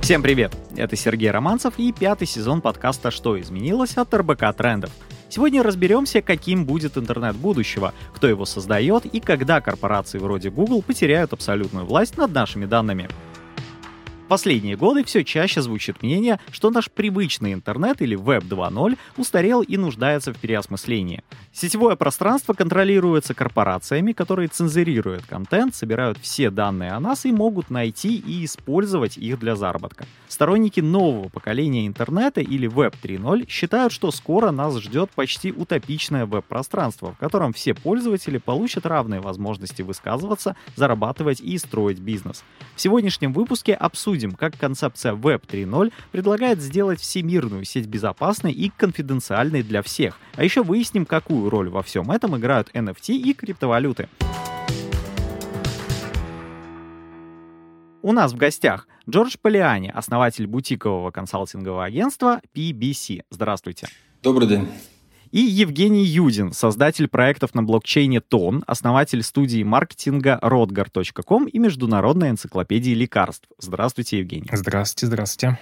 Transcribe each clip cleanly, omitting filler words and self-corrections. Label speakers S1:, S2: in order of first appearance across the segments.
S1: Всем привет! Это Сергей Романцев и 5-й сезон подкаста «Что изменилось?» от РБК Трендов. Сегодня разберемся, каким будет интернет будущего, кто его создает и когда корпорации вроде Google потеряют абсолютную власть над нашими данными. В последние годы все чаще звучит мнение, что наш привычный интернет или Web 2.0 устарел и нуждается в переосмыслении. Сетевое пространство контролируется корпорациями, которые цензурируют контент, собирают все данные о нас и могут найти и использовать их для заработка. Сторонники нового поколения интернета или Web 3.0 считают, что скоро нас ждет почти утопичное веб-пространство, в котором все пользователи получат равные возможности высказываться, зарабатывать и строить бизнес. В сегодняшнем выпуске обсудим, как концепция Web 3.0 предлагает сделать всемирную сеть безопасной и конфиденциальной для всех, а еще выясним, какую роль во всем этом играют NFT и криптовалюты. У нас в гостях Джордж Полиани, основатель бутикового консалтингового агентства PBC. Здравствуйте.
S2: Добрый день.
S1: И Евгений Юдин, создатель проектов на блокчейне Тон, основатель студии маркетинга rodgar.com и международной энциклопедии лекарств. Здравствуйте, Евгений.
S3: Здравствуйте.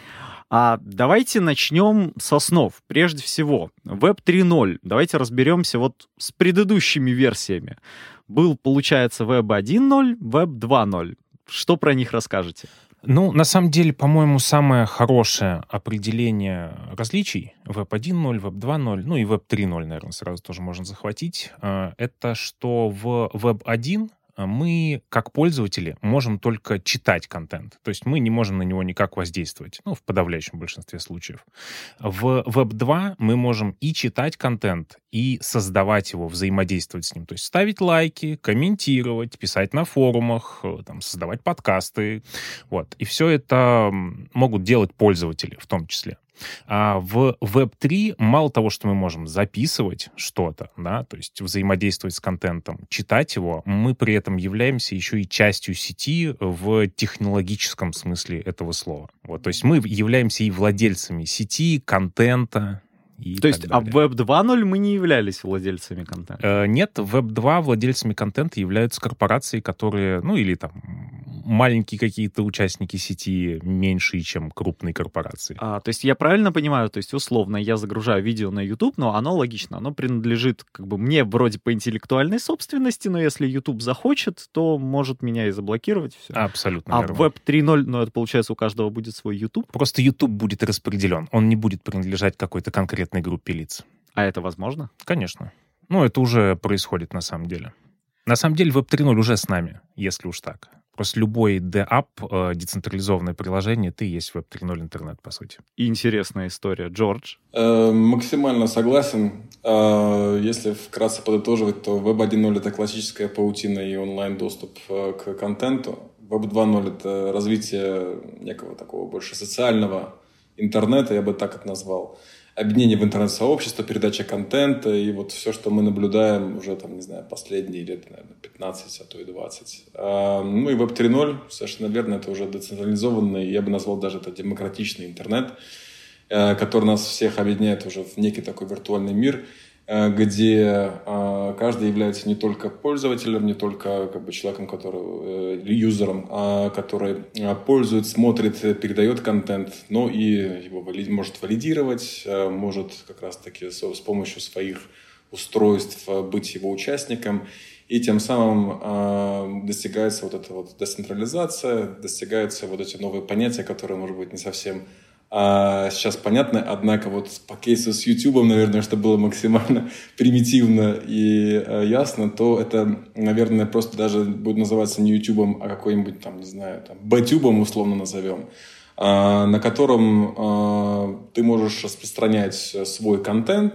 S1: Давайте начнем с основ. Прежде всего, Web 3.0. Давайте разберемся вот с предыдущими версиями. Был, получается, Web 1.0, Web 2.0. Что про них расскажете?
S3: На самом деле, по-моему, самое хорошее определение различий Web 1.0, Web 2.0, и Web 3.0, наверное, сразу тоже можно захватить, это что в Web 1 мы, как пользователи, можем только читать контент. То есть мы не можем на него никак воздействовать, в подавляющем большинстве случаев. В Web 2 мы можем и читать контент, и создавать его, взаимодействовать с ним. То есть ставить лайки, комментировать, писать на форумах, создавать подкасты. И все это могут делать пользователи в том числе. А в Web 3 мало того, что мы можем записывать что-то, то есть взаимодействовать с контентом, читать его, мы при этом являемся еще и частью сети в технологическом смысле этого слова. То есть мы являемся и владельцами сети, контента.
S1: То есть, в Web 2.0 мы не являлись владельцами контента?
S3: Нет, в Web 2 владельцами контента являются корпорации, которые, или маленькие какие-то участники сети, меньшие, чем крупные корпорации.
S1: То есть я правильно понимаю, то есть условно я загружаю видео на YouTube, но оно логично, оно принадлежит мне вроде по интеллектуальной собственности, но если YouTube захочет, то может меня и заблокировать. Все.
S3: Абсолютно верно.
S1: А Web 3.0, это получается у каждого будет свой YouTube?
S3: Просто YouTube будет распределен, он не будет принадлежать какой-то конкретной группе лиц.
S1: А это возможно?
S3: Конечно. Это уже происходит на самом деле. На самом деле Web 3.0 уже с нами, если уж так. Просто любой DApp, децентрализованное приложение, ты и есть Web 3.0 интернет, по сути.
S1: Интересная история. Джордж?
S2: Максимально согласен. Если вкратце подытоживать, то Web 1.0 — это классическая паутина и онлайн-доступ к контенту. Web 2.0 — это развитие некого такого больше социального интернета, я бы так это назвал. Объединение в интернет-сообщество, передача контента и все, что мы наблюдаем уже, последние лет, наверное, 15, а то и 20. И Web 3.0, совершенно верно, это уже децентрализованный, я бы назвал даже это демократичный интернет, который нас всех объединяет уже в некий такой виртуальный мир, где каждый является не только пользователем, не только человеком, или юзером, который пользует, смотрит, передает контент, но и его может валидировать, может как раз-таки с помощью своих устройств быть его участником. И тем самым достигается эта децентрализация, достигаются эти новые понятия, которые, может быть, не совсем сейчас понятно, однако по кейсу с YouTube, наверное, что было максимально примитивно и ясно, то это, наверное, просто даже будет называться не YouTube, а какой-нибудь, Б-тюбом условно назовем, на котором ты можешь распространять свой контент,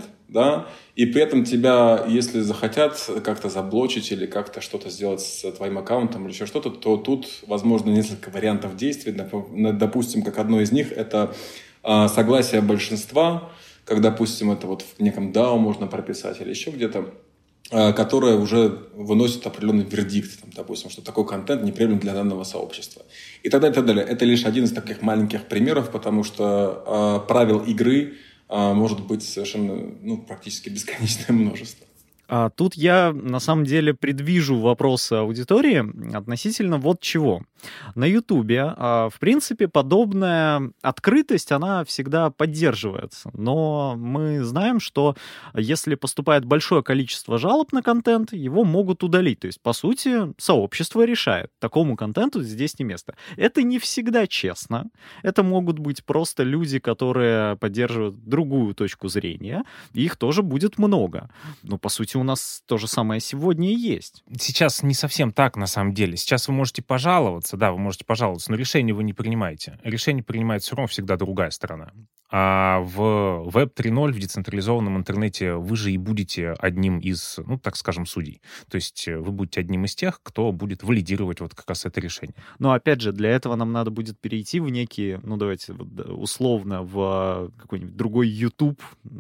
S2: и при этом тебя, если захотят как-то заблочить или как-то что-то сделать с твоим аккаунтом или еще что-то, то тут возможно несколько вариантов действий. Допустим, как одно из них – это согласие большинства, как, допустим, это в неком DAO можно прописать или еще где-то, которое уже выносит определенный вердикт, допустим, что такой контент неприемлем для данного сообщества. И так далее, и так далее. Это лишь один из таких маленьких примеров, потому что правил игры может быть совершенно, практически бесконечное множество.
S1: Тут я, на самом деле, предвижу вопросы аудитории относительно вот чего. На Ютубе, в принципе, подобная открытость, она всегда поддерживается. Но мы знаем, что если поступает большое количество жалоб на контент, его могут удалить. То есть, по сути, сообщество решает. Такому контенту здесь не место. Это не всегда честно. Это могут быть просто люди, которые поддерживают другую точку зрения. Их тоже будет много. Но, по сути, у нас то же самое сегодня и есть.
S3: Сейчас не совсем так, на самом деле. Сейчас вы можете пожаловаться, да, вы можете пожаловаться, но решение вы не принимаете. Решение принимает все равно всегда другая сторона. А в Web 3.0, в децентрализованном интернете, вы же и будете одним из, ну, так скажем, судей. То есть вы будете одним из тех, кто будет валидировать вот как раз это решение.
S1: Но, опять же, для этого нам надо будет перейти в некие, ну, давайте условно, в какой-нибудь другой YouTube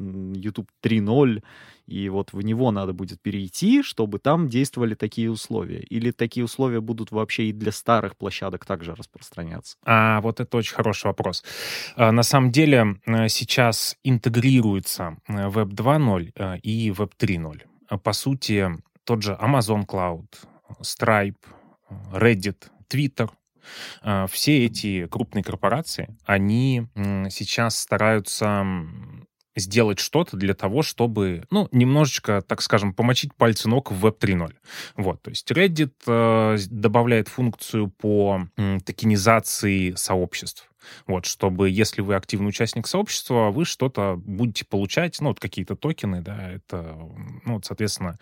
S1: 3.0, и вот в него надо будет перейти, чтобы там действовали такие условия. Или такие условия будут вообще и для старых площадок также распространяться?
S3: Вот это очень хороший вопрос. На самом деле сейчас интегрируется Web 2.0 и Web 3.0. По сути, тот же Amazon Cloud, Stripe, Reddit, Twitter, все эти крупные корпорации, они сейчас стараются сделать что-то для того, чтобы, ну, немножечко, так скажем, помочить пальцы ног в Web 3.0. Вот, то есть Reddit добавляет функцию по токенизации сообществ. Вот, чтобы, если вы активный участник сообщества, вы что-то будете получать, ну, вот какие-то токены, да, это, ну, вот, соответственно,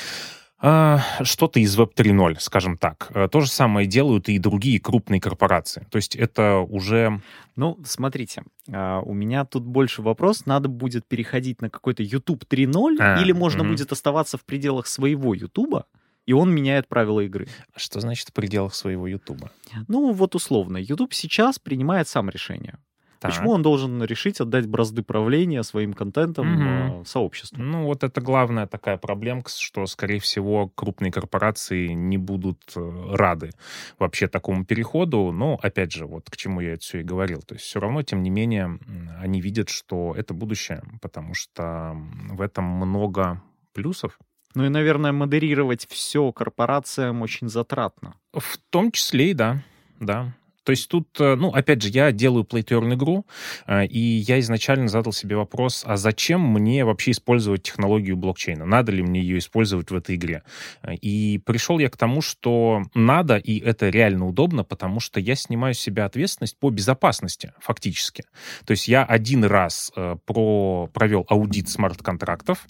S3: что-то из Web 3.0, скажем так. То же самое делают и другие крупные корпорации. То есть это уже...
S1: Ну, смотрите, у меня тут больше вопрос. Надо будет переходить на какой-то YouTube 3.0 или можно будет оставаться в пределах своего YouTube, и он меняет правила игры?
S3: Что значит в пределах своего YouTube?
S1: Ну, вот условно. YouTube сейчас принимает сам решение. Почему он должен решить отдать бразды правления своим контентом сообществу?
S3: Ну, вот это главная такая проблемка, что, скорее всего, крупные корпорации не будут рады вообще такому переходу. Но, опять же, вот к чему я это все и говорил. То есть все равно, тем не менее, они видят, что это будущее, потому что в этом много плюсов.
S1: Ну и, наверное, модерировать все корпорациям очень затратно.
S3: В том числе и да. То есть тут, ну, опять же, я делаю play-to-earn игру, и я изначально задал себе вопрос, а зачем мне вообще использовать технологию блокчейна? Надо ли мне ее использовать в этой игре? И пришел я к тому, что надо, и это реально удобно, потому что я снимаю с себя ответственность по безопасности, фактически. То есть я один раз провел аудит смарт-контрактов,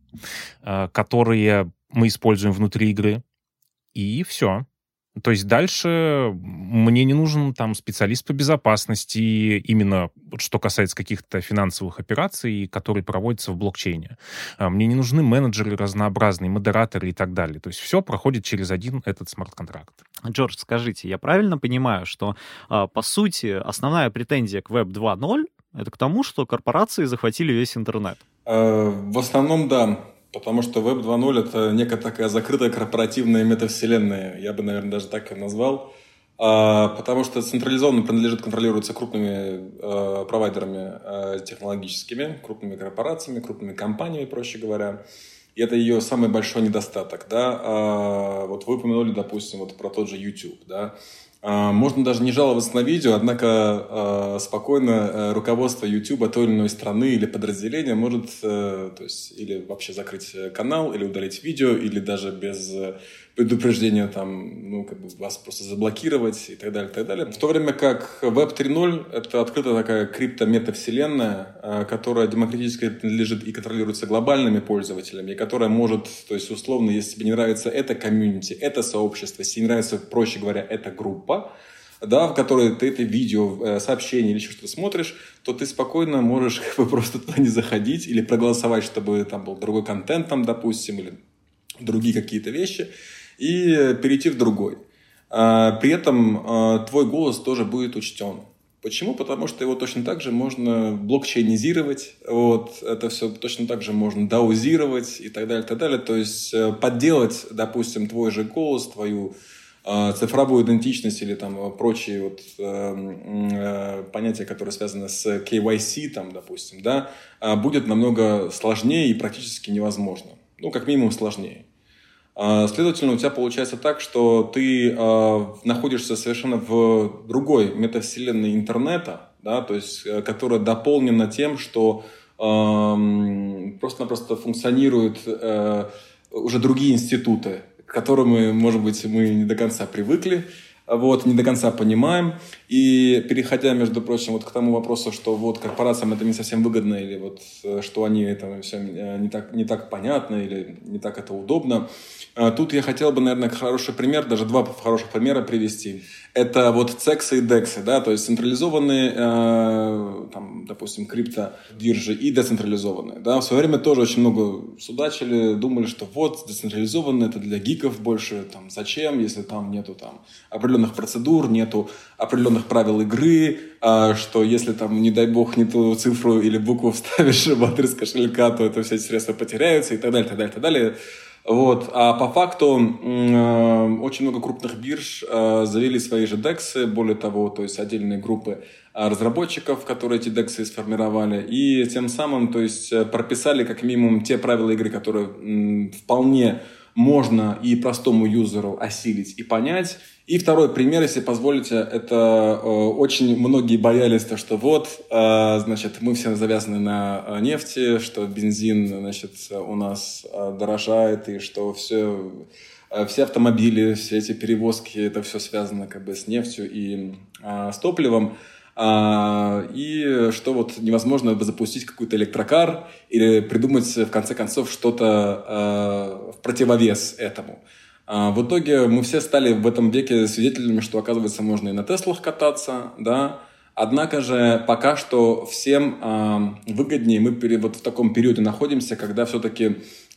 S3: которые мы используем внутри игры, и все. То есть дальше мне не нужен там специалист по безопасности, именно что касается каких-то финансовых операций, которые проводятся в блокчейне. Мне не нужны менеджеры разнообразные, модераторы и так далее. То есть все проходит через один этот смарт-контракт.
S1: Джордж, скажите, я правильно понимаю, что, по сути, основная претензия к Web 2.0 это к тому, что корпорации захватили весь интернет?
S2: В основном, да. Потому что Web 2.0 — это некая такая закрытая корпоративная метавселенная. Я бы, наверное, даже так ее назвал. Потому что централизованно контролируется крупными провайдерами технологическими, крупными корпорациями, крупными компаниями, проще говоря. И это ее самый большой недостаток. Да? Вот вы упомянули, допустим, вот про тот же YouTube. Да? Можно даже не жаловаться на видео, однако спокойно руководство YouTube той или иной страны или подразделения может то есть, или вообще закрыть канал, или удалить видео, или даже без предупреждения там, ну, как бы вас просто заблокировать и так далее, и так далее. В то время как Web 3.0 — это открытая такая крипто-метавселенная, которая демократически принадлежит и контролируется глобальными пользователями, и которая может, то есть условно, если тебе не нравится это комьюнити, это сообщество, если не нравится, проще говоря, эта группа, да, в которой ты это видео, сообщение или еще что-то смотришь, то ты спокойно можешь как бы просто туда не заходить или проголосовать, чтобы там был другой контент, там, допустим, или другие какие-то вещи, и перейти в другой. При этом твой голос тоже будет учтен. Почему? Потому что его точно так же можно блокчейнизировать, вот, это все точно так же можно даузировать и так далее, и так далее. То есть подделать, допустим, твой же голос, твою цифровую идентичность или там прочие вот, понятия, которые связаны с KYC, там, допустим, да, будет намного сложнее и практически невозможно. как минимум сложнее. Следовательно, у тебя получается так, что ты находишься совершенно в другой метавселенной интернета, да, то есть, которая дополнена тем, что просто-напросто функционируют уже другие институты, к которым, может быть, мы не до конца привыкли, не до конца понимаем. И переходя, между прочим, к тому вопросу, что корпорациям это не совсем выгодно, или что они это все не так понятно, или не так это удобно. Тут я хотел бы, наверное, хороший пример, даже два хороших примера привести. Это CEX и DEX, да, то есть централизованные, допустим, криптобиржи и децентрализованные. Да. В свое время тоже очень много судачили, думали, что децентрализованные это для гиков больше, зачем, если там нету определенных процедур, нету определенных правил игры, что если не дай бог, не ту цифру или букву вставишь в адрес кошелька, то это все эти средства потеряются и так далее, так далее, так далее. А по факту очень много крупных бирж завели свои же DEX, более того, то есть отдельные группы разработчиков, которые эти DEX сформировали, и тем самым, то есть прописали как минимум те правила игры, которые вполне можно и простому юзеру осилить и понять. И второй пример, если позволите, это очень многие боялись, что мы все завязаны на нефти, что бензин, у нас дорожает, и что все автомобили, все эти перевозки, это все связано с нефтью и с топливом. И что невозможно запустить какой-то электрокар или придумать, в конце концов, что-то в противовес этому. В итоге мы все стали в этом веке свидетелями, что, оказывается, можно и на Теслах кататься, да. Однако же пока что всем выгоднее, мы в таком периоде находимся, когда все-таки,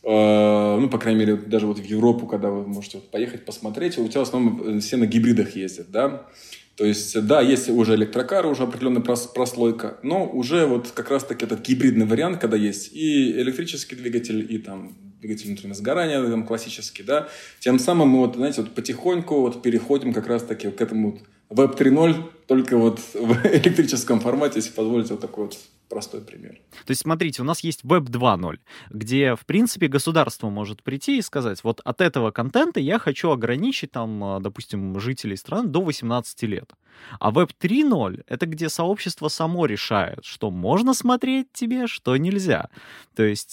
S2: по крайней мере, даже в Европу, когда вы можете поехать посмотреть, у тебя в основном все на гибридах ездят, да. То есть, да, есть уже электрокары, уже определенная прослойка, но уже как раз-таки этот гибридный вариант, когда есть и электрический двигатель, и двигатель внутреннего сгорания классический, да, тем самым мы потихоньку переходим как раз-таки к этому Web 3.0, только в электрическом формате, если позволите такой простой пример.
S1: То есть, смотрите, у нас есть Web 2.0, где, в принципе, государство может прийти и сказать, от этого контента я хочу ограничить, допустим, жителей страны до 18 лет. А Web 3.0 — это где сообщество само решает, что можно смотреть тебе, что нельзя. То есть,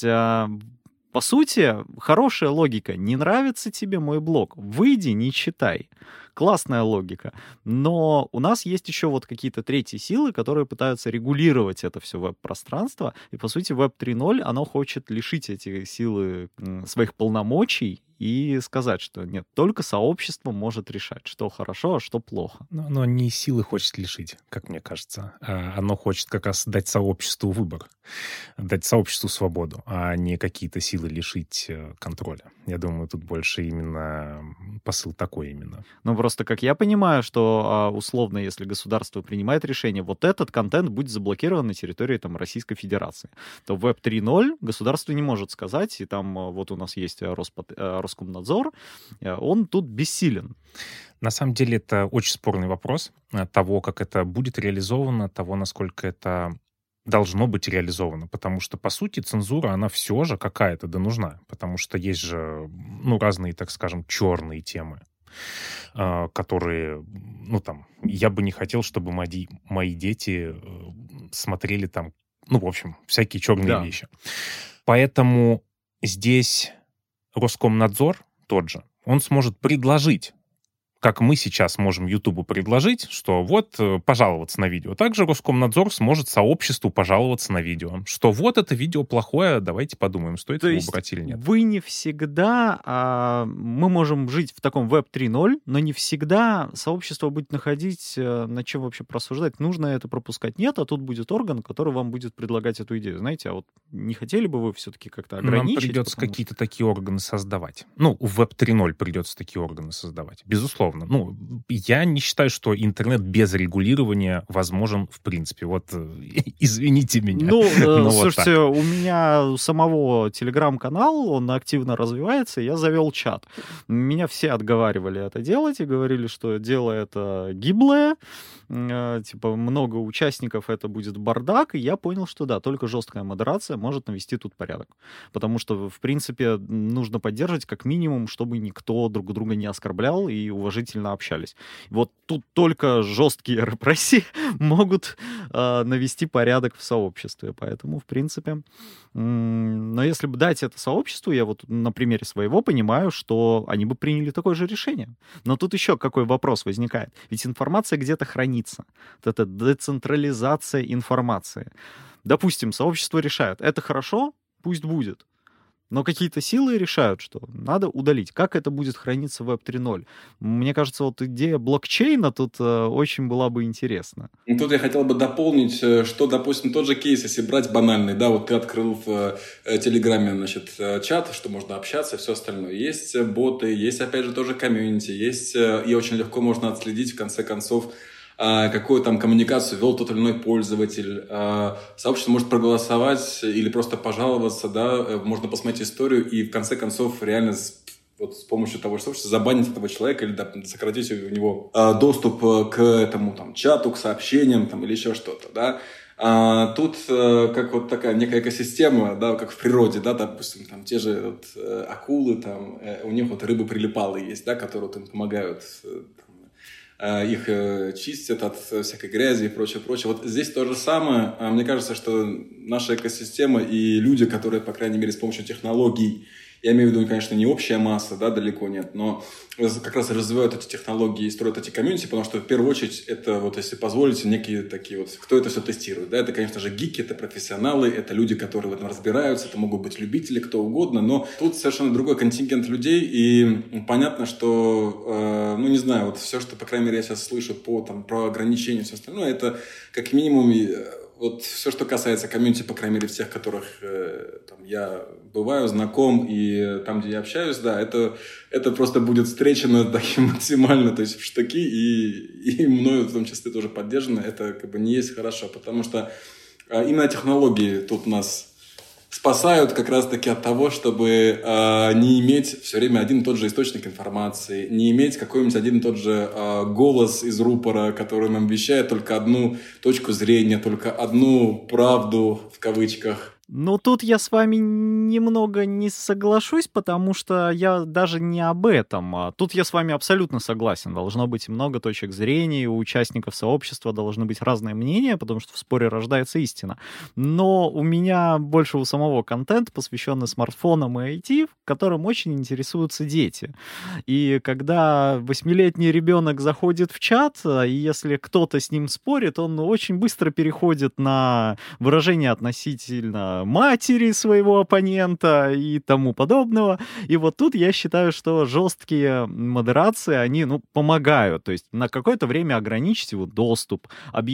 S1: по сути, хорошая логика. Не нравится тебе мой блог? Выйди, не читай. Классная логика. Но у нас есть еще какие-то третьи силы, которые пытаются регулировать это все веб-пространство. И, по сути, Web 3.0, оно хочет лишить эти силы своих полномочий и сказать, что нет, только сообщество может решать, что хорошо, а что плохо.
S3: Но не силы хочет лишить, как мне кажется. Оно хочет как раз дать сообществу выбор, дать сообществу свободу, а не какие-то силы лишить контроля. Я думаю, тут больше именно посыл такой именно.
S1: Просто, как я понимаю, что условно, если государство принимает решение, этот контент будет заблокирован на территории Российской Федерации, то в Web 3.0 государство не может сказать, и там у нас есть Роскомнадзор, он тут бессилен.
S3: На самом деле это очень спорный вопрос того, как это будет реализовано, того, насколько это должно быть реализовано, потому что, по сути, цензура, она все же какая-то нужна, потому что есть же, разные, так скажем, черные темы, которые, я бы не хотел, чтобы мои дети смотрели в общем, всякие черные вещи. Поэтому здесь Роскомнадзор тот же, он сможет предложить, как мы сейчас можем Ютубу предложить, что пожаловаться на видео. Также Роскомнадзор сможет сообществу пожаловаться на видео, что это видео плохое, давайте подумаем, стоит его убрать или нет.
S1: Вы не всегда... мы можем жить в таком Web 3.0, но не всегда сообщество будет находить, на чем вообще просуждать. Нужно это пропускать. Нет, а тут будет орган, который вам будет предлагать эту идею. Знаете, не хотели бы вы все-таки как-то ограничить?
S3: Нам придется какие-то такие органы создавать. В Web 3.0 придется такие органы создавать, безусловно. безусловно. Ну, я не считаю, что интернет без регулирования возможен в принципе. Вот извините меня.
S1: Ну, слушайте, у меня самого телеграм-канал, он активно развивается, я завел чат. Меня все отговаривали это делать и говорили, что дело это гиблое, типа много участников, это будет бардак, и я понял, что да, только жесткая модерация может навести тут порядок. Потому что, в принципе, нужно поддерживать как минимум, чтобы никто друг друга не оскорблял и уважительно общались. Вот тут только жесткие репрессии могут навести порядок в сообществе. Поэтому, в принципе... Но если бы дать это сообществу, я вот на примере своего понимаю, что они бы приняли такое же решение. Но тут еще какой вопрос возникает. Ведь информация где-то хранится. Вот это децентрализация информации. Допустим, сообщество решает, это хорошо, пусть будет. Но какие-то силы решают, что надо удалить. Как это будет храниться в Web 3.0? Мне кажется, вот идея блокчейна тут очень была бы интересна.
S2: Тут я хотел бы дополнить, что, допустим, тот же кейс, если брать банальный, да, вот ты открыл в Телеграме, значит, чат, что можно общаться, все остальное. Есть боты, есть, опять же, тоже комьюнити, есть, и очень легко можно отследить, в конце концов, какую там коммуникацию вел тот или иной пользователь. Сообщество может проголосовать или просто пожаловаться, да, можно посмотреть историю и в конце концов реально вот с помощью того же сообщества забанить этого человека или да, сократить у него доступ к этому там чату, к сообщениям там, или еще что-то, да. Тут как вот такая некая экосистема, да, как в природе, да, допустим, там те же вот, акулы, там, у них вот рыбы прилипалые есть, да, которые вот им помогают, их чистят от всякой грязи и прочее, прочее. Вот здесь то же самое. Мне кажется, что наша экосистема и люди, которые, по крайней мере, с помощью технологий, я имею в виду, конечно, не общая масса, да, далеко нет, но как раз развивают эти технологии и строят эти комьюнити, потому что в первую очередь это, вот если позволите, некие такие вот, кто это все тестирует, да, это, конечно же, гики, это профессионалы, это люди, которые в этом разбираются, это могут быть любители, кто угодно, но тут совершенно другой контингент людей, и понятно, что, ну, не знаю, вот все, что, по крайней мере, я сейчас слышу про ограничения и все остальное, это как минимум... Вот все, что касается комьюнити, по крайней мере, всех, которых там, я бываю, знаком, и там, где я общаюсь, да, это просто будет встречено таким максимально, то есть в штыки, и мною в том числе тоже поддержано. Это как бы не есть хорошо, потому что именно технологии тут нас спасают как раз-таки от того, чтобы не иметь все время один и тот же источник информации, не иметь какой-нибудь один и тот же голос из рупора, который нам вещает только одну точку зрения, только одну правду в кавычках.
S1: Ну, тут я с вами немного не соглашусь, потому что я даже не об этом. Тут я с вами абсолютно согласен. Должно быть много точек зрения, у участников сообщества должны быть разные мнения, потому что в споре рождается истина. Но у меня больше у самого контент, посвященный смартфонам и IT, которым очень интересуются дети. И когда 8-летний ребенок заходит в чат, и если кто-то с ним спорит, он очень быстро переходит на выражение относительно матери своего оппонента и тому подобного. И вот тут я считаю, что жесткие модерации, они, помогают. То есть на какое-то время ограничить его доступ,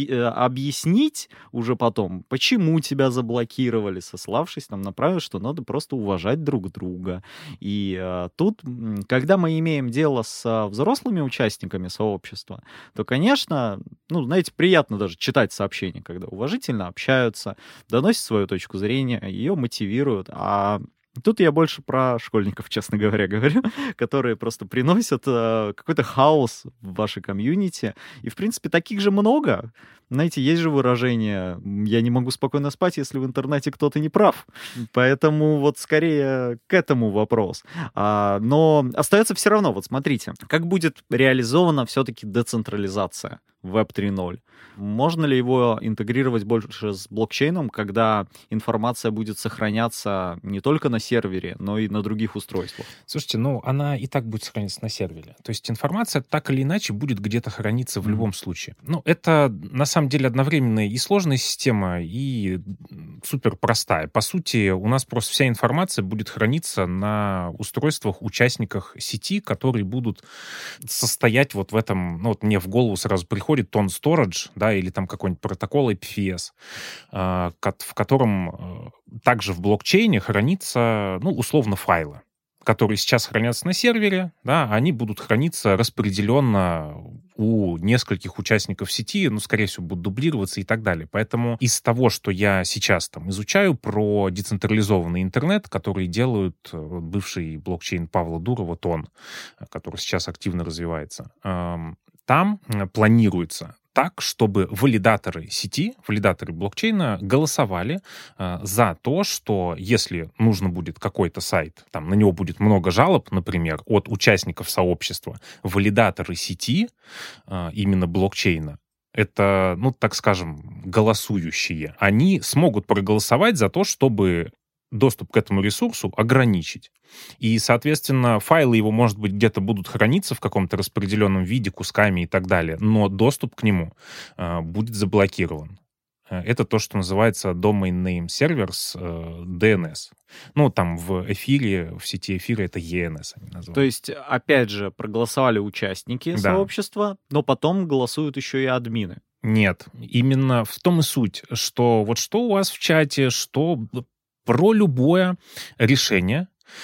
S1: объяснить уже потом, почему тебя заблокировали, сославшись там на правило, что надо просто уважать друг друга. И тут, когда мы имеем дело с взрослыми участниками сообщества, то, конечно, знаете, приятно даже читать сообщения, когда уважительно общаются, доносят свою точку зрения, ее мотивируют. А тут я больше про школьников, честно говоря, говорю, которые просто приносят какой-то хаос в ваше комьюнити. И, в принципе, таких же много. Знаете, есть же выражение «я не могу спокойно спать, если в интернете кто-то не прав». Поэтому вот скорее к этому вопрос. Но остается все равно, вот смотрите, как будет реализована все-таки децентрализация в Web 3.0. Можно ли его интегрировать больше с блокчейном, когда информация будет сохраняться не только на сервере, но и на других устройствах?
S3: Слушайте, она и так будет сохраняться на сервере. То есть информация так или иначе будет где-то храниться в любом случае. Это на самом деле одновременно и сложная система, и супер простая. По сути, у нас просто вся информация будет храниться на устройствах, участниках сети, которые будут состоять вот в этом, мне в голову сразу приходит Ton Storage, да, или там какой-нибудь протокол IPFS, в котором также в блокчейне хранится, условно, файлы, которые сейчас хранятся на сервере, да, они будут храниться распределенно у нескольких участников сети, ну, скорее всего, будут дублироваться и так далее. Поэтому из того, что я сейчас там изучаю про децентрализованный интернет, который делают бывший блокчейн Павла Дурова, ТОН, который сейчас активно развивается, там планируется так, чтобы валидаторы сети, валидаторы блокчейна голосовали за то, что если нужно будет какой-то сайт, там на него будет много жалоб, например, от участников сообщества, валидаторы сети, именно блокчейна, это, ну, так скажем, голосующие, они смогут проголосовать за то, чтобы доступ к этому ресурсу ограничить. И, соответственно, файлы его, может быть, где-то будут храниться в каком-то распределенном виде, кусками и так далее, но доступ к нему будет заблокирован. Это то, что называется Domain Name Servers, DNS. Ну, там в эфире, в сети эфира это ENS они называют.
S1: То есть, опять же, проголосовали участники сообщества, но потом голосуют еще и админы.
S3: Нет, именно в том и суть, что вот что у вас в чате, что про любое решение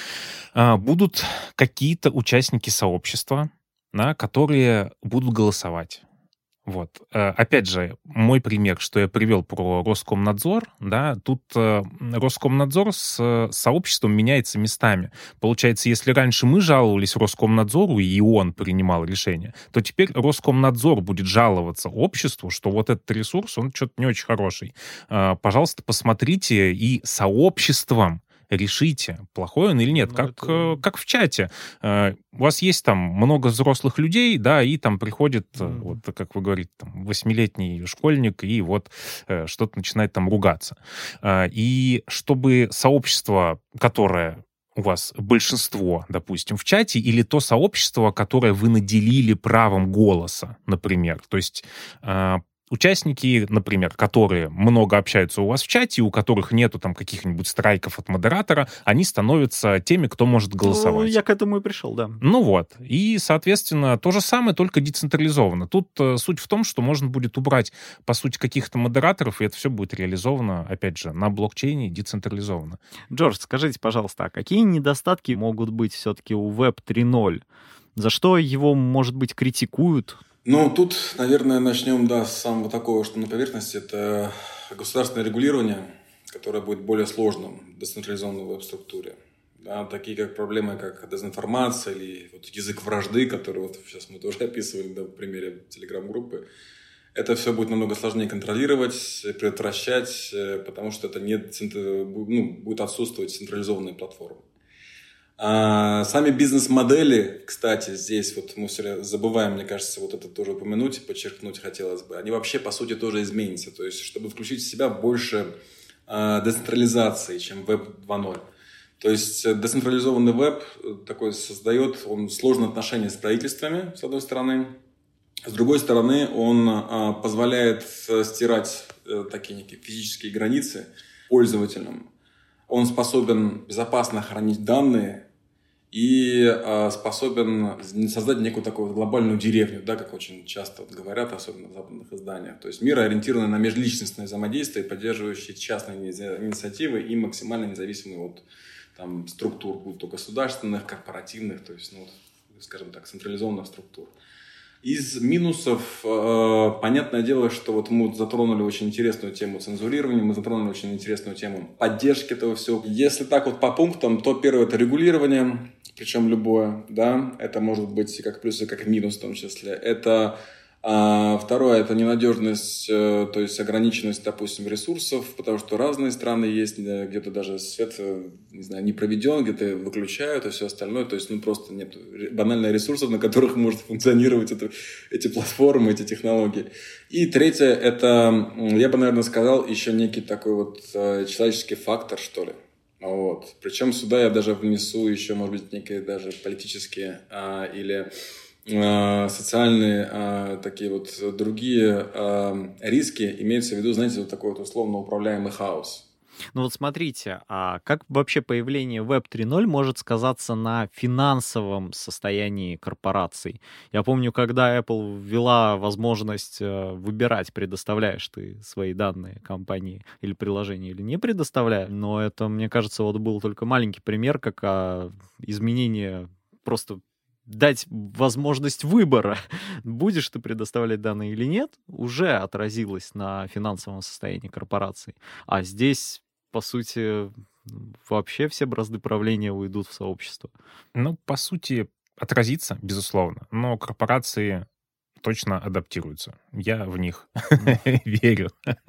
S3: будут какие-то участники сообщества, да, которые будут голосовать. Вот. Опять же, мой пример, что я привел про Роскомнадзор, да, тут Роскомнадзор с сообществом меняется местами. Получается, если раньше мы жаловались Роскомнадзору, и он принимал решение, то теперь Роскомнадзор будет жаловаться обществу, что вот этот ресурс, он что-то не очень хороший. Пожалуйста, посмотрите и сообществом решите, плохой он или нет. Как в чате. У вас есть там много взрослых людей, да, и там приходит, вот, как вы говорите, там, 8-летний школьник, и вот что-то начинает там ругаться. И чтобы сообщество, которое у вас большинство, допустим, в чате, или то сообщество, которое вы наделили правом голоса, например. То есть участники, например, которые много общаются у вас в чате, у которых нету там каких-нибудь страйков от модератора, они становятся теми, кто может голосовать.
S1: Ну, я к этому и пришел, да.
S3: Ну вот. И, соответственно, то же самое, только децентрализованно. Тут суть в том, что можно будет убрать, по сути, каких-то модераторов, и это все будет реализовано, опять же, на блокчейне децентрализованно.
S1: Джордж, скажите, пожалуйста, а какие недостатки могут быть все-таки у Web 3.0? За что его, может быть, критикуют?
S2: Ну, тут, наверное, начнем, да, с самого такого, что на поверхности, это государственное регулирование, которое будет более сложным в децентрализованной веб-структуре. Да, такие как проблемы, как дезинформация или вот язык вражды, который вот сейчас мы тоже описывали, да, в примере телеграм-группы. Это все будет намного сложнее контролировать, предотвращать, потому что это будет отсутствовать централизованные платформы. Сами бизнес-модели, кстати, здесь вот мы все время забываем, мне кажется, вот это тоже упомянуть, подчеркнуть хотелось бы, они вообще, по сути, тоже изменятся. То есть, чтобы включить в себя больше децентрализации, чем Web 2.0. То есть, децентрализованный веб такой создает, он сложные отношения с правительствами, с одной стороны. С другой стороны, он позволяет стирать такие некие физические границы пользователям. Он способен безопасно хранить данные и способен создать некую такую глобальную деревню, да, как очень часто говорят, особенно в западных изданиях. То есть мир, ориентированный на межличностное взаимодействие, поддерживающий частные инициативы и максимально независимый от там, структур, будь то государственных, корпоративных, то есть, ну, скажем так, централизованных структур. Из минусов, понятное дело, что вот мы затронули очень интересную тему цензурирования, мы затронули очень интересную тему поддержки этого всего. Если так вот по пунктам, то первое – это регулирование, причем любое, да, это может быть как плюс и как минус в том числе. Это второе – это ненадежность, то есть ограниченность, допустим, ресурсов, потому что разные страны есть, где-то даже свет, не знаю, не проведен, где-то выключают и все остальное, то есть ну, просто нет банально ресурсов, на которых может функционировать эти платформы, эти технологии. И третье – это, я бы, наверное, сказал, еще некий такой вот человеческий фактор, что ли. Вот. Причем сюда я даже внесу еще, может быть, некие даже политические или социальные такие вот другие риски, имеется в виду, знаете, вот такой вот условно управляемый хаос.
S1: Ну вот смотрите, а как вообще появление Web 3.0 может сказаться на финансовом состоянии корпораций? Я помню, когда Apple ввела возможность выбирать, предоставляешь ты свои данные компании или приложению или не предоставляешь, но это, мне кажется, вот был только маленький пример, как изменение просто дать возможность выбора, будешь ты предоставлять данные или нет, уже отразилось на финансовом состоянии корпорации. А здесь, по сути, вообще все бразды правления уйдут в сообщество.
S3: Ну, по сути, отразится, безусловно, но корпорации точно адаптируются. Я в них верю.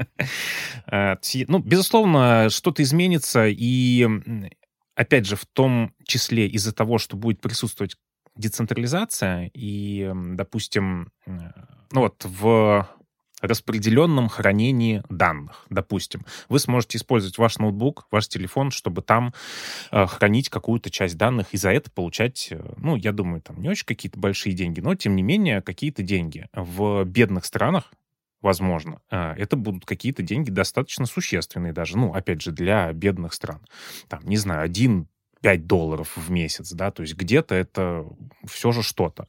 S3: Ну, безусловно, что-то изменится, и, опять же, в том числе из-за того, что будет присутствовать децентрализация и, допустим, ну вот в распределенном хранении данных, допустим, вы сможете использовать ваш ноутбук, ваш телефон, чтобы там хранить какую-то часть данных и за это получать, ну, я думаю, там не очень какие-то большие деньги, но, тем не менее, какие-то деньги. В бедных странах, возможно, это будут какие-то деньги достаточно существенные даже, ну, опять же, для бедных стран. Там, не знаю, $5 в месяц, да, то есть где-то это все же что-то.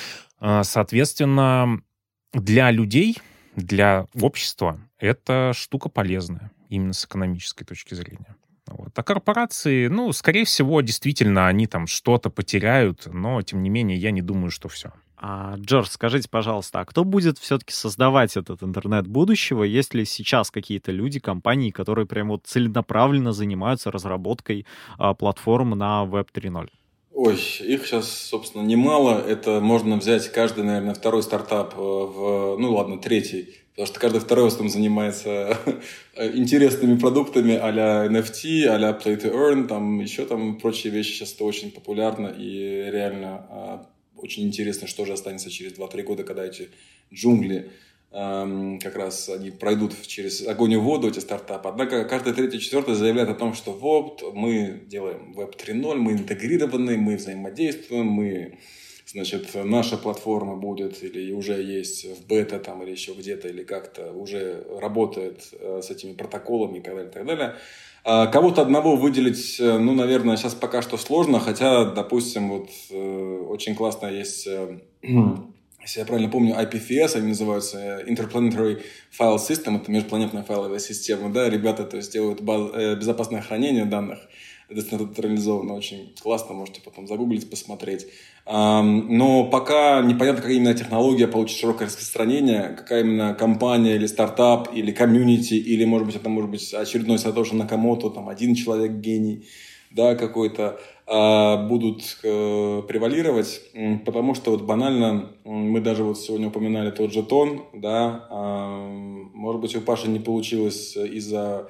S3: Соответственно, для людей, для общества это штука полезная, именно с экономической точки зрения. Вот. А корпорации, ну, скорее всего, действительно, они там что-то потеряют, но, тем не менее, я не думаю, что все.
S1: Джордж, скажите, пожалуйста, а кто будет все-таки создавать этот интернет будущего? Есть ли сейчас какие-то люди, компании, которые прям вот целенаправленно занимаются разработкой платформ на Web 3.0?
S2: Ой, их сейчас, собственно, немало. Это можно взять каждый, наверное, второй стартап, ну ладно, третий, потому что каждый второй в основном занимается интересными продуктами а-ля NFT, а-ля Play to Earn, там еще там прочие вещи. Сейчас это очень популярно и реально очень интересно, что же останется через 2-3 года, когда эти джунгли как раз они пройдут через огонь и воду, эти стартапы. Однако каждый третий, четвертый заявляет о том, что вот, мы делаем Web 3.0, мы интегрированы, мы взаимодействуем, значит, наша платформа будет или уже есть в бета там, или еще где-то, или как-то уже работает с этими протоколами и так далее, и так далее. Кого-то одного выделить, ну, наверное, сейчас пока что сложно, хотя, допустим, вот очень классно есть... Если я правильно помню, IPFS, они называются Interplanetary File System, это межпланетная файловая система, да, ребята, то есть делают безопасное хранение данных, децентрализованно, очень классно, можете потом загуглить, посмотреть. Но пока непонятно, какая именно технология получит широкое распространение, какая именно компания или стартап, или комьюнити, или, может быть, это может быть очередной Сатоши Накамото, там, один человек гений, да, какой-то, будут превалировать, потому что вот банально мы даже вот сегодня упоминали тот же Тон, да, может быть, у Паши не получилось из-за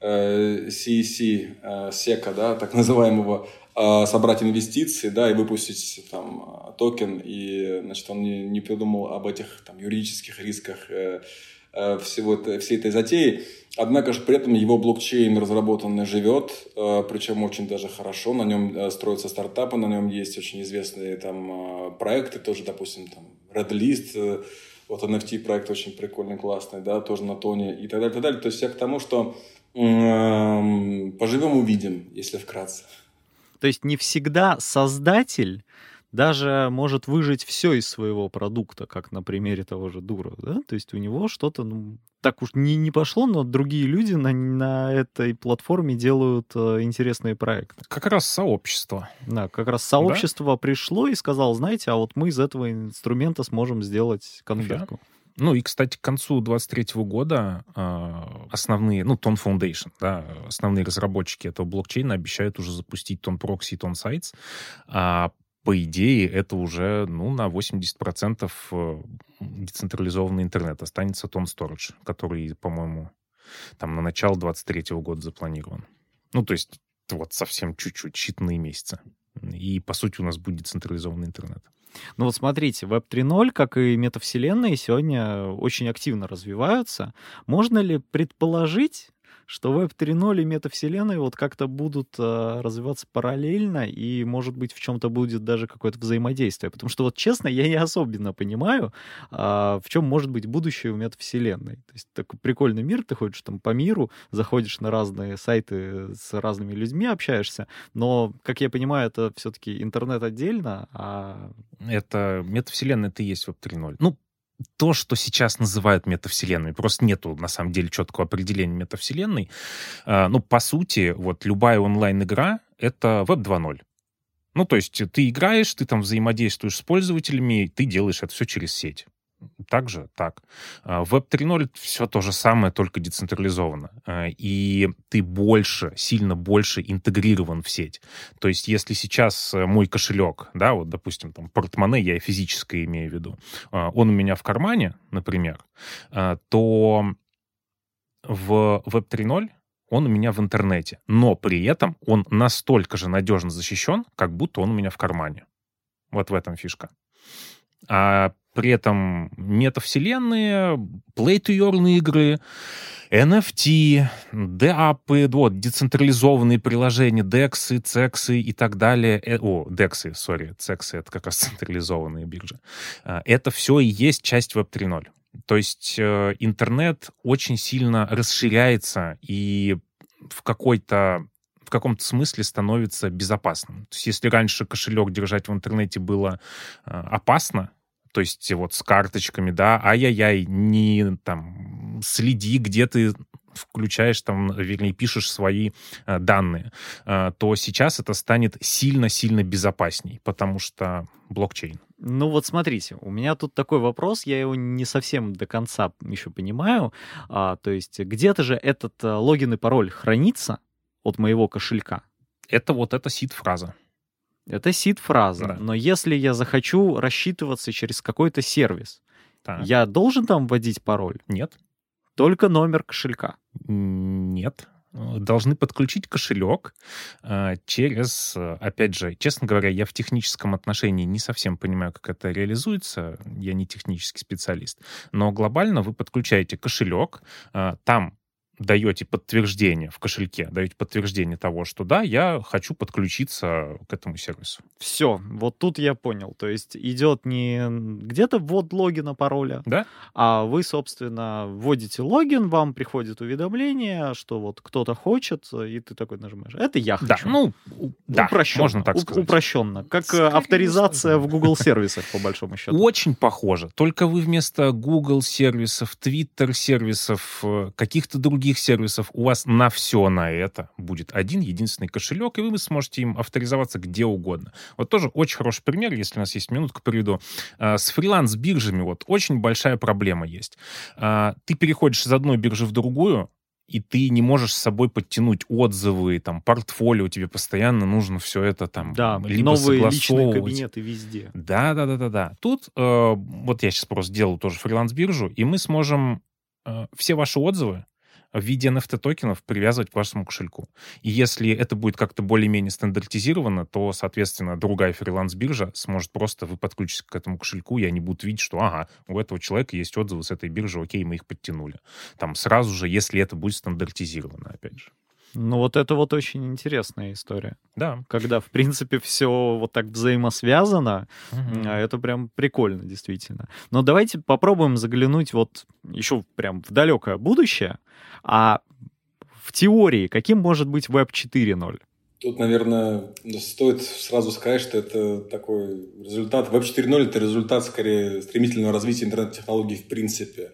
S2: CEC, сека, да, так называемого, собрать инвестиции, да, и выпустить там токен, и, значит, он не придумал об этих там юридических рисках всей этой затеи. Однако же при этом его блокчейн разработанный живет, причем очень даже хорошо, на нем строятся стартапы, на нем есть очень известные там проекты, тоже, допустим, там Red List, вот NFT проект очень прикольный, классный, да, тоже на Тоне и так далее, и так далее. То есть я к тому, что поживем, увидим, если вкратце.
S1: То есть не всегда создатель даже может выжать все из своего продукта, как на примере того же Дура, да? То есть у него что-то, ну, так уж не пошло, но другие люди на этой платформе делают интересные проекты.
S3: Как раз сообщество.
S1: Да, как раз сообщество пришло и сказало, знаете, а вот мы из этого инструмента сможем сделать конфетку.
S3: Да. Ну и, кстати, к концу 2023 года основные, ну, Ton Foundation, да, основные разработчики этого блокчейна обещают уже запустить Ton Proxy и Ton Sites. По идее, это уже, ну, на 80% децентрализованный интернет. Останется Ton Storage, который, по-моему, там на начало 2023 года запланирован. Ну, то есть вот совсем чуть-чуть, считанные месяцы. И, по сути, у нас будет децентрализованный интернет.
S1: Ну вот смотрите, Web 3.0, как и метавселенные, сегодня очень активно развиваются. Можно ли предположить, что Web 3.0 и метавселенные вот как-то будут развиваться параллельно, и, может быть, в чем-то будет даже какое-то взаимодействие. Потому что, вот честно, я не особенно понимаю, в чем может быть будущее у метавселенной. То есть такой прикольный мир, ты ходишь там по миру, заходишь на разные сайты, с разными людьми общаешься, но, как я понимаю, это все-таки интернет отдельно, а...
S3: Это метавселенная, это и есть Web 3.0. Ну, то, что сейчас называют метавселенной, просто нету, на самом деле, четкого определения метавселенной. Ну, по сути, вот любая онлайн-игра — это Web 2.0. Ну, то есть ты играешь, ты там взаимодействуешь с пользователями, ты делаешь это все через сеть. Так же? Так. В Web 3.0 все то же самое, только децентрализовано. И ты сильно больше интегрирован в сеть. То есть если сейчас мой кошелек, да, вот, допустим, там, портмоне, я физическое имею в виду, он у меня в кармане, например, то в Web 3.0 он у меня в интернете. Но при этом он настолько же надежно защищен, как будто он у меня в кармане. Вот в этом фишка. А при этом метавселенные, play-to-earn игры, NFT, DApp, вот, децентрализованные приложения, DEX, CEX и так далее. DEX, CEX — это как раз централизованные биржи. Это все и есть часть Web 3.0. То есть интернет очень сильно расширяется и в каком-то смысле становится безопасным. То есть если раньше кошелек держать в интернете было опасно, то есть вот с карточками, да, ай-яй-яй, не там следи, где ты включаешь там, вернее, пишешь свои данные, то сейчас это станет сильно-сильно безопасней, потому что блокчейн.
S1: Ну вот смотрите, у меня тут такой вопрос, я его не совсем до конца еще понимаю. То есть где-то же этот логин и пароль хранится от моего кошелька?
S3: Это сид-фраза.
S1: Это сид-фраза.
S3: Да.
S1: Но если я захочу рассчитываться через какой-то сервис,
S3: Так.
S1: я должен там вводить пароль?
S3: Нет.
S1: Только номер кошелька?
S3: Нет. Должны подключить кошелек через, опять же, честно говоря, я в техническом отношении не совсем понимаю, как это реализуется, я не технический специалист, но глобально вы подключаете кошелек, там даете подтверждение в кошельке, даете подтверждение того, что да, я хочу подключиться к этому сервису.
S1: Все, вот тут я понял. То есть идет не где-то ввод логина, пароля,
S3: Да?
S1: а вы, собственно, вводите логин, вам приходит уведомление, что вот кто-то хочет, и ты такой нажимаешь. Это я хочу.
S3: Да, ну, да,
S1: упрощенно,
S3: можно так сказать.
S1: Упрощенно. Как
S3: Скорее
S1: авторизация в Google сервисах, по большому счету.
S3: Очень похоже. Только вы вместо Google сервисов, Twitter сервисов, каких-то других сервисов, у вас на все на это будет один единственный кошелек, и вы сможете им авторизоваться где угодно. Вот тоже очень хороший пример, если у нас есть минутка, приведу. С фриланс-биржами вот очень большая проблема есть. Ты переходишь из одной биржи в другую, и ты не можешь с собой подтянуть отзывы, там, портфолио, тебе постоянно нужно все это там
S1: Да,
S3: либо
S1: новые личные
S3: согласовывать.
S1: кабинеты везде.
S3: Да. Тут вот я сейчас просто сделал тоже фриланс-биржу, и мы сможем все ваши отзывы в виде NFT-токенов привязывать к вашему кошельку. И если это будет как-то более-менее стандартизировано, то, соответственно, другая фриланс-биржа сможет просто, вы подключитесь к этому кошельку, и они будут видеть, что, ага, у этого человека есть отзывы с этой биржи, окей, мы их подтянули. Там сразу же, если это будет стандартизировано, опять же.
S1: Ну вот это вот очень интересная история.
S3: Да.
S1: Когда, в принципе, все вот так взаимосвязано,
S3: Мгм.
S1: это прям прикольно, действительно. Но давайте попробуем заглянуть вот еще прям в далекое будущее. А в теории каким может быть Web 4.0?
S2: Тут, наверное, стоит сразу сказать, что это такой результат. Web 4.0 – это результат, скорее, стремительного развития интернет-технологий в принципе.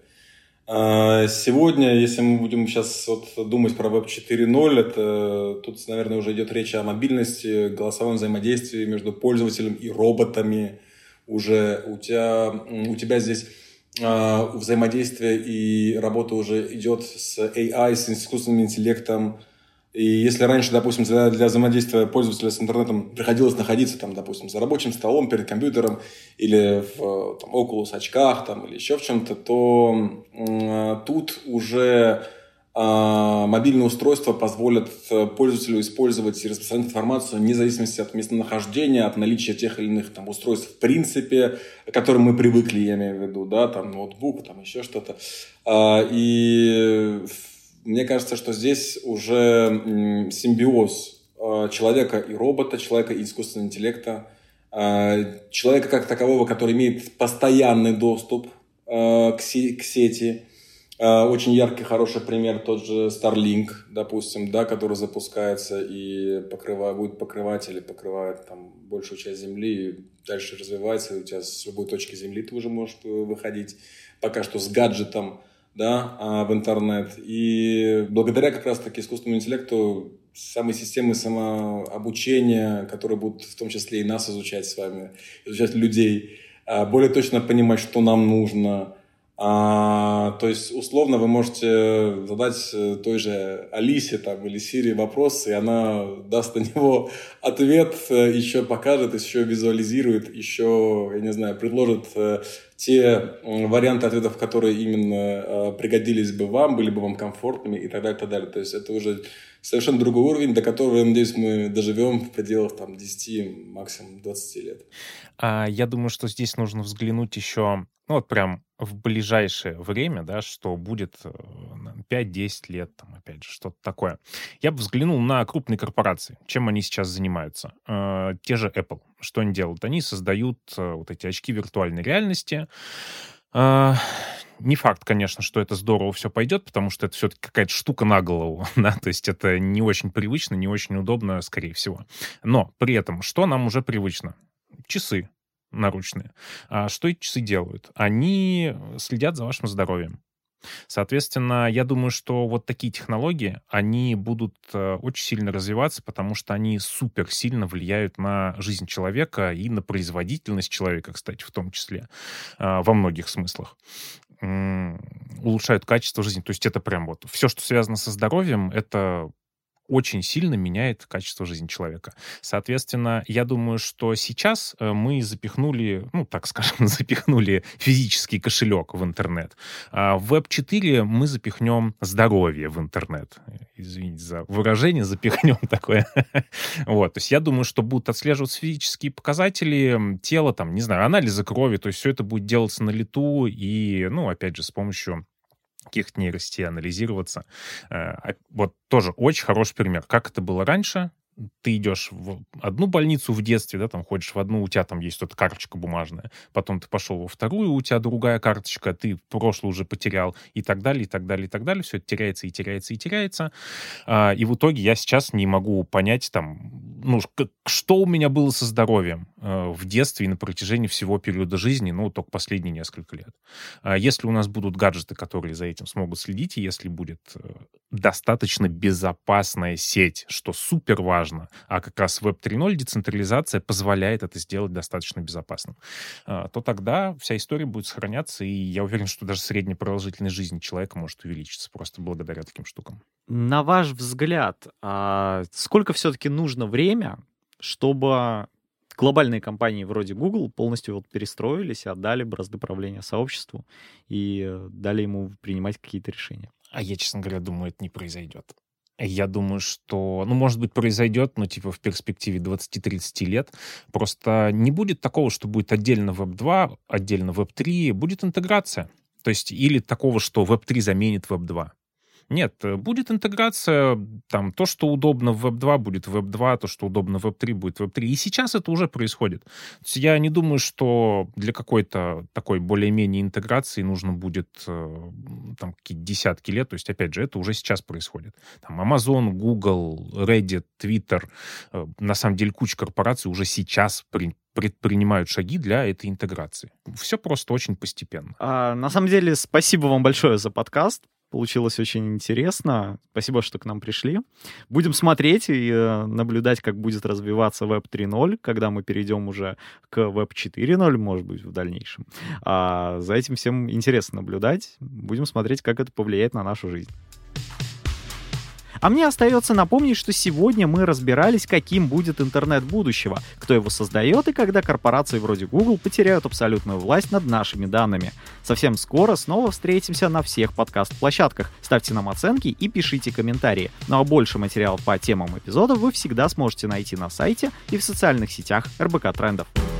S2: Сегодня, если мы будем сейчас вот думать про Web 4.0, это тут, наверное, уже идет речь о мобильности, голосовом взаимодействии между пользователем и роботами. Уже у тебя здесь взаимодействие и работа уже идет с AI, с искусственным интеллектом. И если раньше, допустим, для взаимодействия пользователя с интернетом приходилось находиться, там, допустим, за рабочим столом, перед компьютером или в там, Oculus очках там, или еще в чем-то, то тут уже мобильные устройства позволят пользователю использовать и распространять информацию вне зависимости от местонахождения, от наличия тех или иных там, устройств в принципе, к которым мы привыкли, я имею в виду, да, там, ноутбук, там, еще что-то. И мне кажется, что здесь уже симбиоз человека и робота, человека и искусственного интеллекта, человека как такового, который имеет постоянный доступ к сети. Очень яркий, хороший пример тот же Starlink, допустим, да, который запускается и будет покрывать или покрывает там большую часть Земли, и дальше развивается, и у тебя с любой точки Земли ты уже можешь выходить, пока что с гаджетом, да, в интернет. И благодаря как раз-таки искусственному интеллекту самой системы самообучения, которые будут в том числе и нас изучать с вами, изучать людей, более точно понимать, что нам нужно. То есть, условно, вы можете задать той же Алисе там, или Сири вопрос, и она даст на него ответ, еще покажет, еще визуализирует, еще, я не знаю, предложит те варианты ответов, которые именно пригодились бы вам, были бы вам комфортными и так далее, и так далее. То есть это уже совершенно другой уровень, до которого, я надеюсь, мы доживем в пределах там, 10, максимум 20 лет.
S3: Я думаю, что здесь нужно взглянуть еще, ну вот прям в ближайшее время, да, что будет 5-10 лет, там, опять же, что-то такое. Я бы взглянул на крупные корпорации, чем они сейчас занимаются. Те же Apple, что они делают? Они создают вот эти очки виртуальной реальности. Не факт, конечно, что это здорово все пойдет, потому что это все-таки какая-то штука на голову, да, то есть это не очень привычно, не очень удобно, скорее всего. Но при этом, что нам уже привычно? Часы наручные. Что эти часы делают? Они следят за вашим здоровьем. Соответственно, я думаю, что вот такие технологии, они будут очень сильно развиваться, потому что они супер сильно влияют на жизнь человека и на производительность человека, кстати, в том числе, во многих смыслах. Улучшают качество жизни. То есть это прям вот все, что связано со здоровьем, это очень сильно меняет качество жизни человека. Соответственно, я думаю, что сейчас мы запихнули, ну, так скажем, запихнули физический кошелек в интернет. А в Web 4 мы запихнем здоровье в интернет. Извините за выражение, запихнем такое. Вот, то есть я думаю, что будут отслеживаться физические показатели тела, там, не знаю, анализы крови, то есть все это будет делаться на лету и, ну, опять же, с помощью каких-то нейросетей анализироваться. Вот тоже очень хороший пример. Как это было раньше? Ты идешь в одну больницу в детстве, да, там ходишь в одну, у тебя там есть эта карточка бумажная, потом ты пошел во вторую, у тебя другая карточка, ты прошлую уже потерял, и так далее, и так далее, и так далее. Все это теряется, и теряется, и теряется. И в итоге я сейчас не могу понять, там, ну, что у меня было со здоровьем в детстве и на протяжении всего периода жизни, ну, только последние несколько лет. Если у нас будут гаджеты, которые за этим смогут следить, и если будет достаточно безопасная сеть, что супер важно, а как раз Web 3.0 децентрализация позволяет это сделать достаточно безопасным, то тогда вся история будет сохраняться, и я уверен, что даже средняя продолжительность жизни человека может увеличиться просто благодаря таким штукам.
S1: На ваш взгляд, сколько все-таки нужно время, чтобы глобальные компании вроде Google полностью вот перестроились и отдали бразды правления сообществу и дали ему принимать какие-то решения?
S3: А я, честно говоря, думаю, это не произойдет. Я думаю, что, ну, может быть, произойдет, но типа в перспективе 20-30 лет. Просто не будет такого, что будет отдельно Web 2, отдельно Web 3. Будет интеграция. То есть или такого, что Web 3 заменит Web 2. Нет, будет интеграция, там, то, что удобно в Web 2, будет в Web 2, то, что удобно в Web 3, будет в Web 3. И сейчас это уже происходит. То есть я не думаю, что для какой-то такой более-менее интеграции нужно будет там какие-то десятки лет. То есть, опять же, это уже сейчас происходит. Там Amazon, Google, Reddit, Twitter, на самом деле куча корпораций уже сейчас предпринимают шаги для этой интеграции. Все просто очень постепенно.
S1: На самом деле, спасибо вам большое за подкаст. Получилось очень интересно. Спасибо, что к нам пришли. Будем смотреть и наблюдать, как будет развиваться Web 3.0, когда мы перейдем уже к Web 4.0, может быть, в дальнейшем. За этим всем интересно наблюдать. Будем смотреть, как это повлияет на нашу жизнь. А мне остается напомнить, что сегодня мы разбирались, каким будет интернет будущего, кто его создает и когда корпорации вроде Google потеряют абсолютную власть над нашими данными. Совсем скоро снова встретимся на всех подкаст-площадках. Ставьте нам оценки и пишите комментарии. Ну а больше материалов по темам эпизодов вы всегда сможете найти на сайте и в социальных сетях РБК Трендов.